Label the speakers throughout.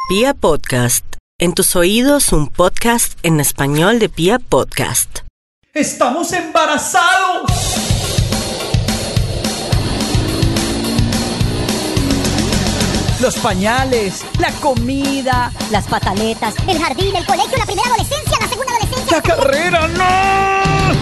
Speaker 1: Pia Podcast, en tus oídos un podcast en español de Pia Podcast.
Speaker 2: ¡Estamos embarazados! Los pañales, la comida,
Speaker 3: las pataletas, el jardín, el colegio, la primera adolescencia, la segunda adolescencia,
Speaker 2: la carrera, ¡no!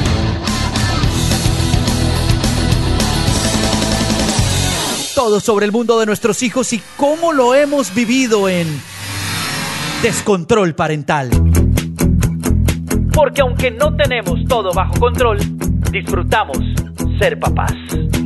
Speaker 2: Todo sobre el mundo de nuestros hijos y cómo lo hemos vivido en Descontrol Parental.
Speaker 4: Porque aunque no tenemos todo bajo control, disfrutamos ser papás.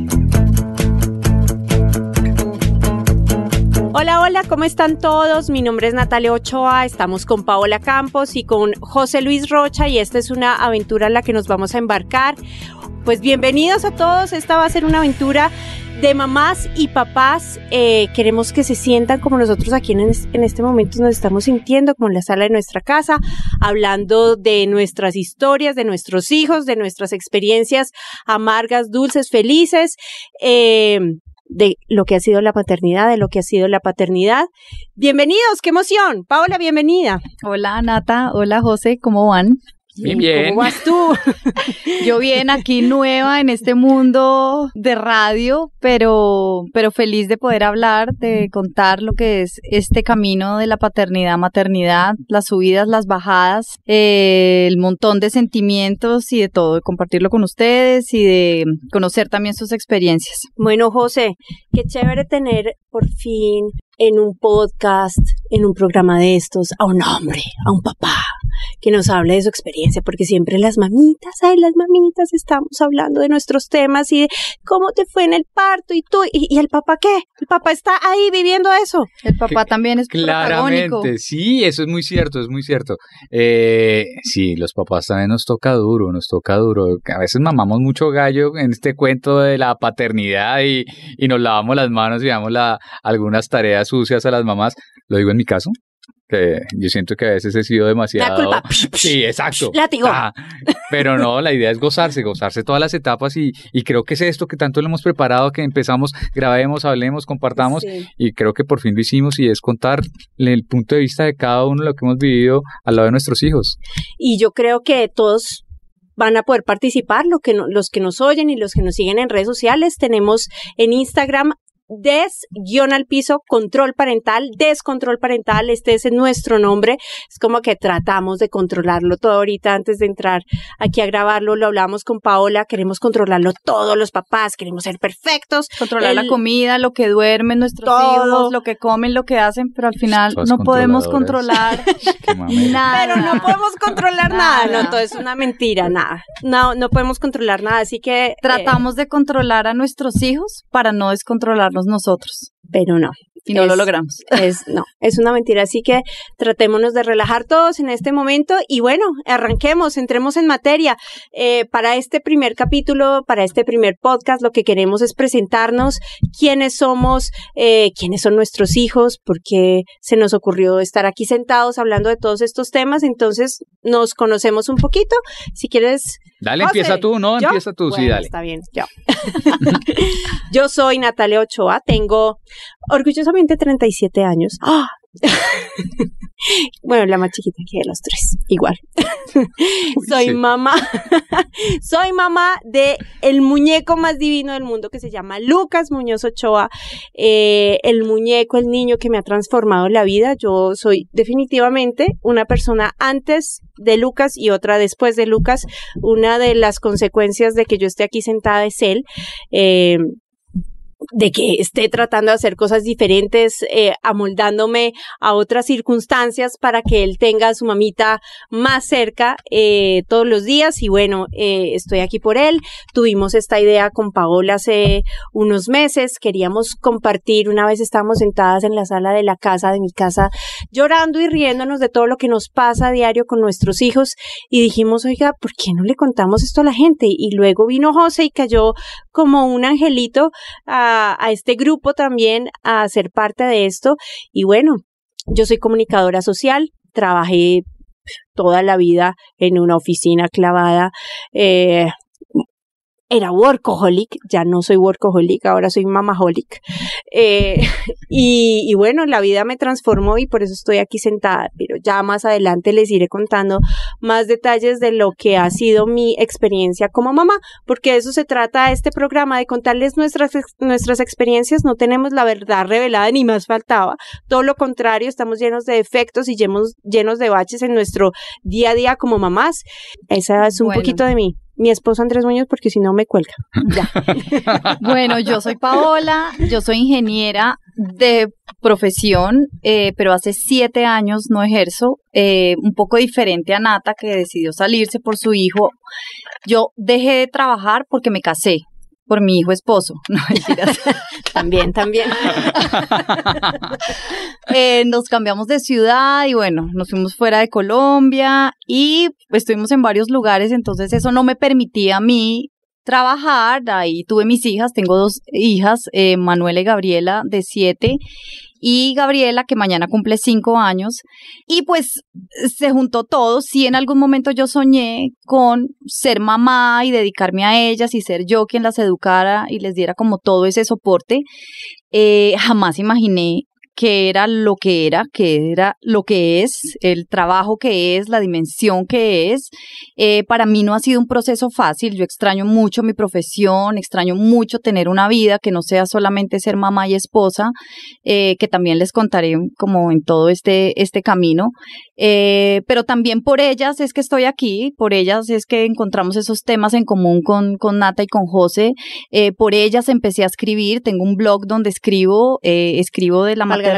Speaker 5: Hola, hola, ¿cómo están todos? Mi nombre es Natalia Ochoa, estamos con Paola Campos y con José Luis Rocha y esta es una aventura en la que nos vamos a embarcar. Pues bienvenidos a todos, esta va a ser una aventura de mamás y papás. Queremos que se sientan como nosotros aquí en este momento nos estamos sintiendo, como en la sala de nuestra casa, hablando de nuestras historias, de nuestros hijos, de nuestras experiencias amargas, dulces, felices, de lo que ha sido la maternidad, de lo que ha sido la paternidad. Bienvenidos, qué emoción. Paola, bienvenida.
Speaker 6: Hola Nata, hola José, ¿cómo van?
Speaker 4: Bien.
Speaker 5: ¿Cómo vas tú?
Speaker 6: Yo bien, aquí nueva en este mundo de radio, pero feliz de poder hablar, de contar lo que es este camino de la paternidad, maternidad, las subidas, las bajadas, el montón de sentimientos y de todo, de compartirlo con ustedes y de conocer también sus experiencias.
Speaker 5: Bueno, José, qué chévere tener por fin en un podcast, en un programa de estos, a un hombre, a un papá, que nos hable de su experiencia, porque siempre las mamitas estamos hablando de nuestros temas y de cómo te fue en el parto y tú, ¿y el papá qué? El papá está ahí viviendo eso.
Speaker 6: El papá también es protagónico.
Speaker 7: Claramente, sí, eso es muy cierto, es muy cierto. Sí, los papás también nos toca duro. A veces mamamos mucho gallo en este cuento de la paternidad y nos lavamos las manos y damos algunas tareas sucias a las mamás. Lo digo en mi caso, que yo siento que a veces he sido demasiado...
Speaker 5: La culpa.
Speaker 7: Sí, exacto.
Speaker 5: Látigo.
Speaker 7: Pero no, la idea es gozarse todas las etapas y creo que es esto que tanto lo hemos preparado, que empezamos, grabemos, hablemos, compartamos, sí. Y creo que por fin lo hicimos y es contar el punto de vista de cada uno de lo que hemos vivido al lado de nuestros hijos.
Speaker 5: Y yo creo que todos van a poder participar, los que nos oyen y los que nos siguen en redes sociales. Tenemos en Instagram Descontrol parental, este es nuestro nombre, es como que tratamos de controlarlo todo ahorita antes de entrar aquí a grabarlo, lo hablamos con Paola, queremos controlarlo todos los papás, queremos ser perfectos.
Speaker 6: Controlar la comida, lo que duermen nuestros hijos, lo que comen, lo que hacen, pero al final no podemos controlar nada.
Speaker 5: Pero no podemos controlar nada, no, todo es una mentira, nada, no podemos controlar nada, así que...
Speaker 6: Tratamos de controlar a nuestros hijos para no descontrolarnos nosotros,
Speaker 5: pero no.
Speaker 6: Y no lo logramos.
Speaker 5: Es una mentira, así que tratémonos de relajar todos en este momento y bueno, entremos en materia. Para este primer capítulo, para este primer podcast, lo que queremos es presentarnos quiénes somos, quiénes son nuestros hijos, porque se nos ocurrió estar aquí sentados hablando de todos estos temas, entonces nos conocemos un poquito. Si quieres...
Speaker 7: Dale, José, empieza tú, ¿no?
Speaker 5: ¿yo?
Speaker 7: Empieza tú,
Speaker 5: bueno,
Speaker 7: sí, dale.
Speaker 5: Está bien, yo. Yo soy Natalia Ochoa, tengo orgullosamente 37 años. ¡Oh! Bueno, la más chiquita aquí de los tres, igual. Soy mamá de el muñeco más divino del mundo que se llama Lucas Muñoz Ochoa, el muñeco, el niño que me ha transformado la vida. Yo soy definitivamente una persona antes de Lucas y otra después de Lucas. Una de las consecuencias de que yo esté aquí sentada es él, de que esté tratando de hacer cosas diferentes, amoldándome a otras circunstancias para que él tenga a su mamita más cerca todos los días y bueno, estoy aquí por él. Tuvimos esta idea con Paola hace unos meses, queríamos compartir, una vez estábamos sentadas en la sala de mi casa, llorando y riéndonos de todo lo que nos pasa a diario con nuestros hijos y dijimos, oiga, ¿por qué no le contamos esto a la gente? Y luego vino José y cayó como un angelito a este grupo también a ser parte de esto y bueno, yo soy comunicadora social, trabajé toda la vida en una oficina clavada, era workaholic, ya no soy workaholic, ahora soy mamaholic. Y bueno, la vida me transformó y por eso estoy aquí sentada, pero ya más adelante les iré contando más detalles de lo que ha sido mi experiencia como mamá, porque de eso se trata este programa, de contarles nuestras experiencias. No tenemos la verdad revelada, ni más faltaba, todo lo contrario, estamos llenos de defectos y llenos de baches en nuestro día a día como mamás. Esa es un poquito de mí. Mi esposo Andrés Muñoz, porque si no me cuelga. Ya.
Speaker 6: Bueno, yo soy Paola, yo soy ingeniera de profesión, pero hace 7 años no ejerzo, un poco diferente a Nata, que decidió salirse por su hijo. Yo dejé de trabajar porque me casé, por mi hijo esposo. No, mentiras.
Speaker 5: También.
Speaker 6: Nos cambiamos de ciudad y bueno, nos fuimos fuera de Colombia y estuvimos en varios lugares, entonces eso no me permitía a mí trabajar. Ahí tuve mis hijas, tengo 2 hijas, Manuela y Gabriela, de 7, y Gabriela, que mañana cumple 5 años, y pues se juntó todo. Sí, en algún momento yo soñé con ser mamá y dedicarme a ellas y ser yo quien las educara y les diera como todo ese soporte. Jamás imaginé que era lo que es, el trabajo que es, la dimensión que es. Para mí no ha sido un proceso fácil. Yo extraño mucho mi profesión, extraño mucho tener una vida que no sea solamente ser mamá y esposa, que también les contaré como en todo este camino. Pero también por ellas es que estoy aquí, por ellas es que encontramos esos temas en común con Nata y con José. Por ellas empecé a escribir, tengo un blog donde escribo de la maternidad.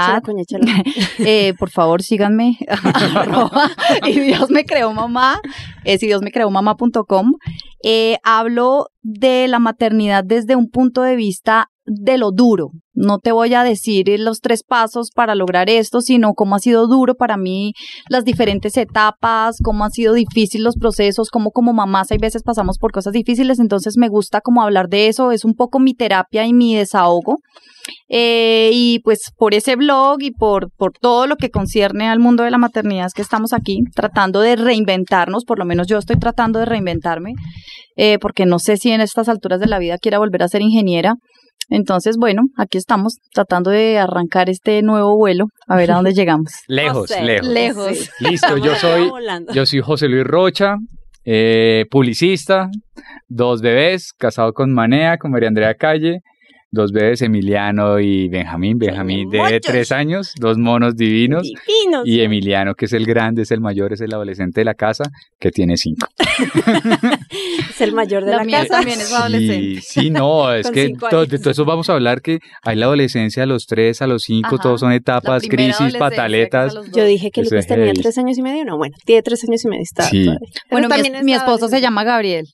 Speaker 6: Por favor, síganme, @ y Dios me creó mamá, si Dios me creó mamá.com. Hablo de la maternidad desde un punto de vista de lo duro. No te voy a decir los 3 pasos para lograr esto, sino cómo ha sido duro para mí las diferentes etapas, cómo han sido difíciles los procesos, cómo como mamás hay veces pasamos por cosas difíciles. Entonces me gusta como hablar de eso, es un poco mi terapia y mi desahogo. Y pues por ese blog y por todo lo que concierne al mundo de la maternidad es que estamos aquí tratando de reinventarnos. Por lo menos yo estoy tratando de reinventarme, porque no sé si en estas alturas de la vida quiera volver a ser ingeniera. Entonces, bueno, aquí estamos tratando de arrancar este nuevo vuelo, a ver a dónde llegamos.
Speaker 7: Lejos.
Speaker 6: Sí.
Speaker 7: Listo, yo soy José Luis Rocha, publicista, 2 bebés, casado con Manea, con María Andrea Calle, 2 bebés, Emiliano y Benjamín. Benjamín de 3 años, 2 monos divinos. Y Emiliano, que es el grande, es el mayor, es el adolescente de la casa, que tiene 5.
Speaker 5: Es el mayor de la casa.
Speaker 6: También es adolescente.
Speaker 7: Sí, no, es que de todo eso vamos a hablar, que hay la adolescencia a los 3, a los 5, todos son etapas, crisis, pataletas.
Speaker 5: Yo dije que Lucas tenía 3 años y medio, no, bueno, tiene 3 años y medio.
Speaker 7: Sí.
Speaker 6: Bueno, mi esposo se llama Gabriel.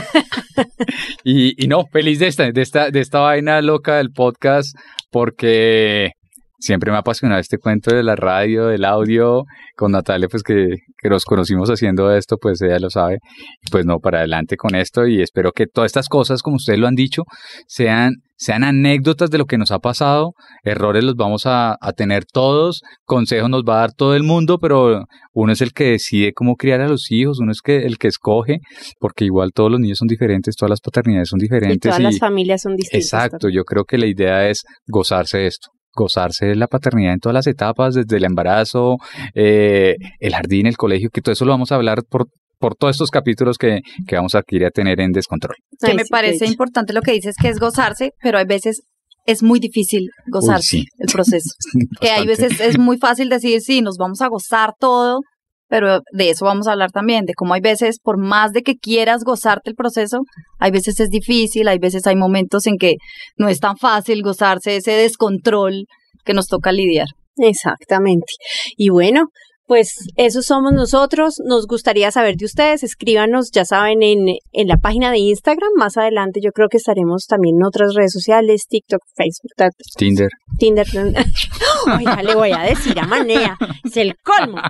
Speaker 7: Y no, feliz de esta vaina loca del podcast, porque siempre me ha apasionado este cuento de la radio, del audio. Con Natalia, pues que nos conocimos haciendo esto, pues ella lo sabe. Pues no, para adelante con esto, y espero que todas estas cosas, como ustedes lo han dicho, sean anécdotas de lo que nos ha pasado. Errores los vamos a tener todos, consejos nos va a dar todo el mundo, pero uno es el que decide cómo criar a los hijos, uno es el que escoge, porque igual todos los niños son diferentes, todas las paternidades son diferentes.
Speaker 5: Y todas las familias son distintas.
Speaker 7: Exacto,
Speaker 5: también.
Speaker 7: Yo creo que la idea es gozarse de esto. Gozarse de la paternidad en todas las etapas, desde el embarazo, el jardín, el colegio, que todo eso lo vamos a hablar por todos estos capítulos que vamos a ir a tener en Descontrol.
Speaker 6: Que me parece importante lo que dices, que es gozarse, pero hay veces es muy difícil gozarse el proceso. Que hay veces es muy fácil decir, sí, nos vamos a gozar todo, pero de eso vamos a hablar también, de cómo hay veces, por más de que quieras gozarte el proceso, hay veces es difícil, hay veces hay momentos en que no es tan fácil gozarse ese descontrol que nos toca lidiar.
Speaker 5: Exactamente. Y bueno, pues eso somos nosotros. Nos gustaría saber de ustedes. Escríbanos, ya saben, en la página de Instagram. Más adelante yo creo que estaremos también en otras redes sociales, TikTok, Facebook,
Speaker 7: Tinder.
Speaker 5: Oiga, le voy a decir a Manea, es el colmo.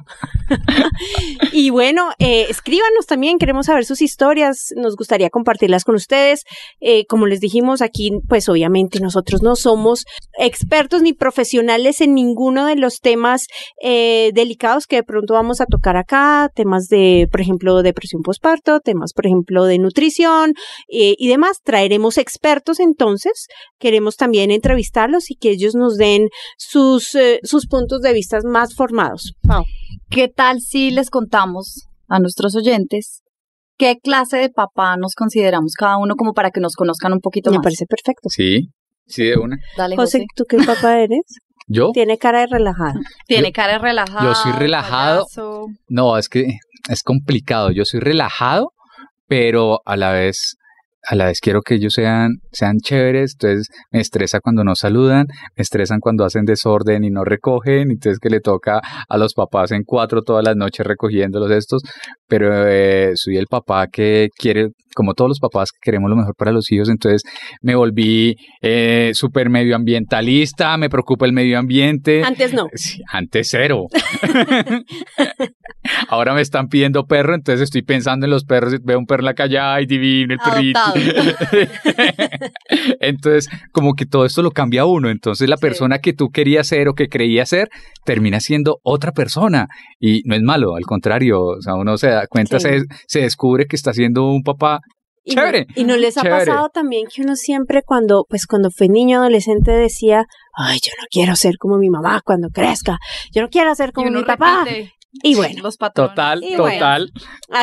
Speaker 5: Y bueno, escríbanos también, queremos saber sus historias, nos gustaría compartirlas con ustedes. Como les dijimos aquí, pues obviamente nosotros no somos expertos ni profesionales en ninguno de los temas delicados que de pronto vamos a tocar acá, temas de, por ejemplo, depresión postparto, temas, por ejemplo, de nutrición y demás. Traeremos expertos, entonces queremos también entrevistarlos y que ellos nos den sus puntos de vista más formados. Pau.
Speaker 6: ¿Qué tal si les contamos a nuestros oyentes qué clase de papá nos consideramos cada uno, como para que nos conozcan un poquito
Speaker 5: Me
Speaker 6: más?
Speaker 5: parece perfecto.
Speaker 7: Sí, de una.
Speaker 6: Dale,
Speaker 5: José, ¿tú qué papá eres?
Speaker 7: ¿Yo?
Speaker 5: Tiene cara de relajado.
Speaker 6: Tiene cara de relajado.
Speaker 7: Yo soy relajado.
Speaker 6: Payaso.
Speaker 7: No, es que es complicado. Yo soy relajado, pero a la vez quiero que ellos sean chéveres. Entonces me estresa cuando no saludan, me estresan cuando hacen desorden y no recogen, entonces que le toca a los papás en 4 todas las noches recogiéndolos estos, pero soy el papá que quiere, como todos los papás que queremos lo mejor para los hijos. Entonces me volví súper medioambientalista, me preocupa el medio ambiente.
Speaker 5: Antes no.
Speaker 7: Sí, antes cero. Ahora me están pidiendo perro, entonces estoy pensando en los perros, veo un perro en la calle, ay, divino, el perrito. Entonces, como que todo esto lo cambia uno. Entonces, la persona que tú querías ser o que creías ser, termina siendo otra persona. Y no es malo, al contrario. O sea, uno se da cuenta,
Speaker 5: Sí.
Speaker 7: se descubre que está siendo un papá chévere.
Speaker 5: ¿Y no les ha
Speaker 7: Chévere.
Speaker 5: pasado también que uno siempre cuando fue niño adolescente decía, ay, yo no quiero ser como mi mamá cuando crezca, yo no quiero ser como
Speaker 6: Y uno
Speaker 5: mi papá?
Speaker 6: repite
Speaker 5: Y bueno,
Speaker 6: los patrones.
Speaker 7: Total,
Speaker 5: Y bueno.
Speaker 7: total.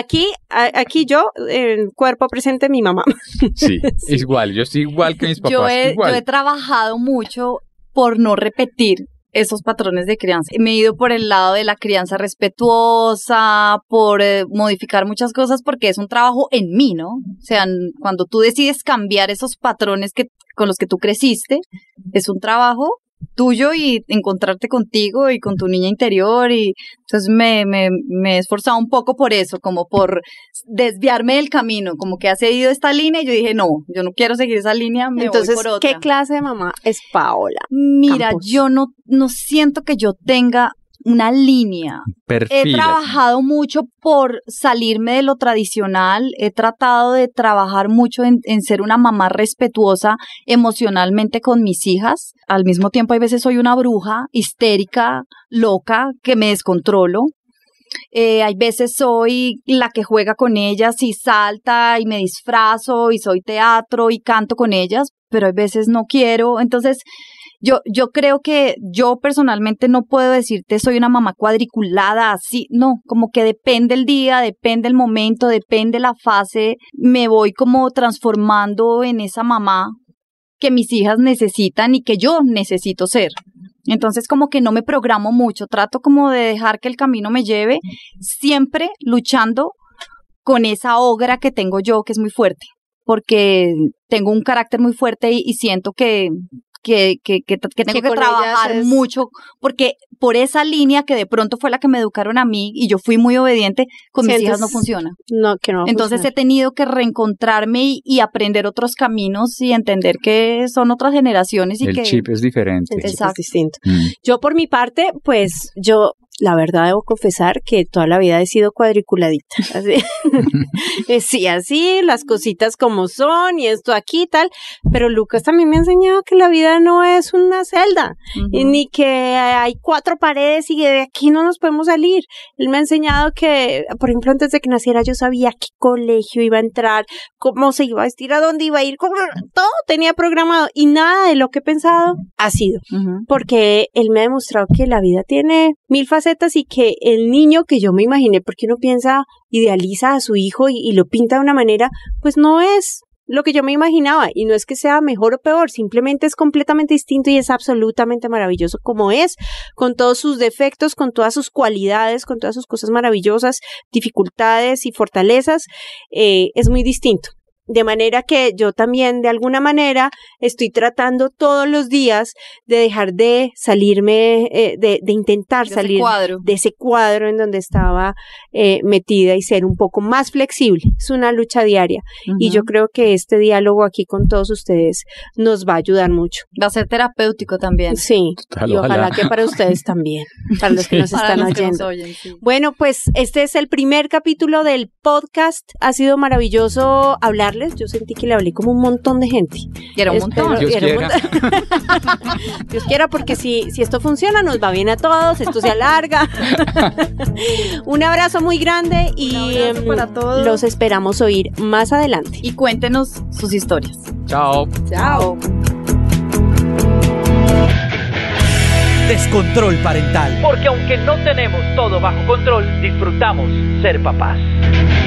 Speaker 5: aquí yo, en cuerpo presente, mi mamá.
Speaker 7: Sí, igual. Yo estoy igual que mis papás.
Speaker 6: Yo he
Speaker 7: igual.
Speaker 6: trabajado mucho por no repetir esos patrones de crianza. Me he ido por el lado de la crianza respetuosa, por modificar muchas cosas, porque es un trabajo en mí, ¿no? O sea, cuando tú decides cambiar esos patrones con los que tú creciste, es un trabajo tuyo y encontrarte contigo y con tu niña interior. Y entonces me he esforzado un poco por eso, como por desviarme del camino, como que ha seguido esta línea y yo dije, no, yo no quiero seguir esa línea, me
Speaker 5: Entonces,
Speaker 6: voy por otra.
Speaker 5: ¿qué clase de mamá es Paola?
Speaker 6: Mira,
Speaker 5: Campos?
Speaker 6: yo no siento que yo tenga una línea.
Speaker 7: Perfil.
Speaker 6: He trabajado mucho por salirme de lo tradicional, he tratado de trabajar mucho en ser una mamá respetuosa emocionalmente con mis hijas. Al mismo tiempo, hay veces soy una bruja histérica, loca, que me descontrolo. Hay veces soy la que juega con ellas y salta y me disfrazo y soy teatro y canto con ellas, pero hay veces no quiero. Entonces, yo creo que yo personalmente no puedo decirte soy una mamá cuadriculada así, no, como que depende el día, depende el momento, depende la fase, me voy como transformando en esa mamá que mis hijas necesitan y que yo necesito ser. Entonces como que no me programo mucho, trato como de dejar que el camino me lleve, siempre luchando con esa ogra que tengo yo, que es muy fuerte, porque tengo un carácter muy fuerte y siento que tengo que
Speaker 5: con
Speaker 6: trabajar
Speaker 5: ellas es-
Speaker 6: mucho, porque por esa línea que de pronto fue la que me educaron a mí y yo fui muy obediente, con mis hijas no funciona.
Speaker 5: No, que no va a
Speaker 6: Entonces he
Speaker 5: funcionar.
Speaker 6: tenido que reencontrarme y aprender otros caminos y entender que son otras generaciones y
Speaker 7: El
Speaker 6: que
Speaker 7: chip es diferente.
Speaker 5: El chip
Speaker 6: Exacto.
Speaker 5: es distinto.
Speaker 7: Mm.
Speaker 5: Yo por mi parte, pues yo la verdad debo confesar que toda la vida he sido cuadriculadita. Así. Sí, así, las cositas como son y esto aquí y tal. Pero Lucas también me ha enseñado que la vida no es una celda. Y ni que hay 4 paredes y de aquí no nos podemos salir. Él me ha enseñado que, por ejemplo, antes de que naciera yo sabía qué colegio iba a entrar, cómo se iba a vestir, a dónde iba a ir, todo tenía programado y nada de lo que he pensado ha sido.
Speaker 6: Ujú.
Speaker 5: Porque él me ha demostrado que la vida tiene 1000 facetas y que el niño que yo me imaginé, porque uno piensa, idealiza a su hijo y lo pinta de una manera, pues no es lo que yo me imaginaba, y no es que sea mejor o peor, simplemente es completamente distinto y es absolutamente maravilloso como es, con todos sus defectos, con todas sus cualidades, con todas sus cosas maravillosas, dificultades y fortalezas, es muy distinto. De manera que yo también, de alguna manera, estoy tratando todos los días de dejar de salirme, de intentar salir de ese cuadro en donde estaba metida y ser un poco más flexible. Es una lucha diaria. Y yo creo que este diálogo aquí con todos ustedes nos va a ayudar mucho.
Speaker 6: Va a ser terapéutico también.
Speaker 5: Sí, y ojalá que para ustedes también, para los que nos están oyendo. Bueno, pues este es el primer capítulo del podcast. Ha sido maravilloso hablarles. Yo sentí que le hablé como un montón de gente.
Speaker 6: Y era un montón.
Speaker 7: Dios quiera.
Speaker 5: Dios quiera, porque si esto funciona, nos va bien a todos, esto se alarga. Un abrazo muy grande y
Speaker 6: para todos.
Speaker 5: Los esperamos oír más adelante.
Speaker 6: Y cuéntenos sus historias.
Speaker 7: Chao.
Speaker 5: Chao.
Speaker 2: Descontrol parental.
Speaker 4: Porque aunque no tenemos todo bajo control, disfrutamos ser papás.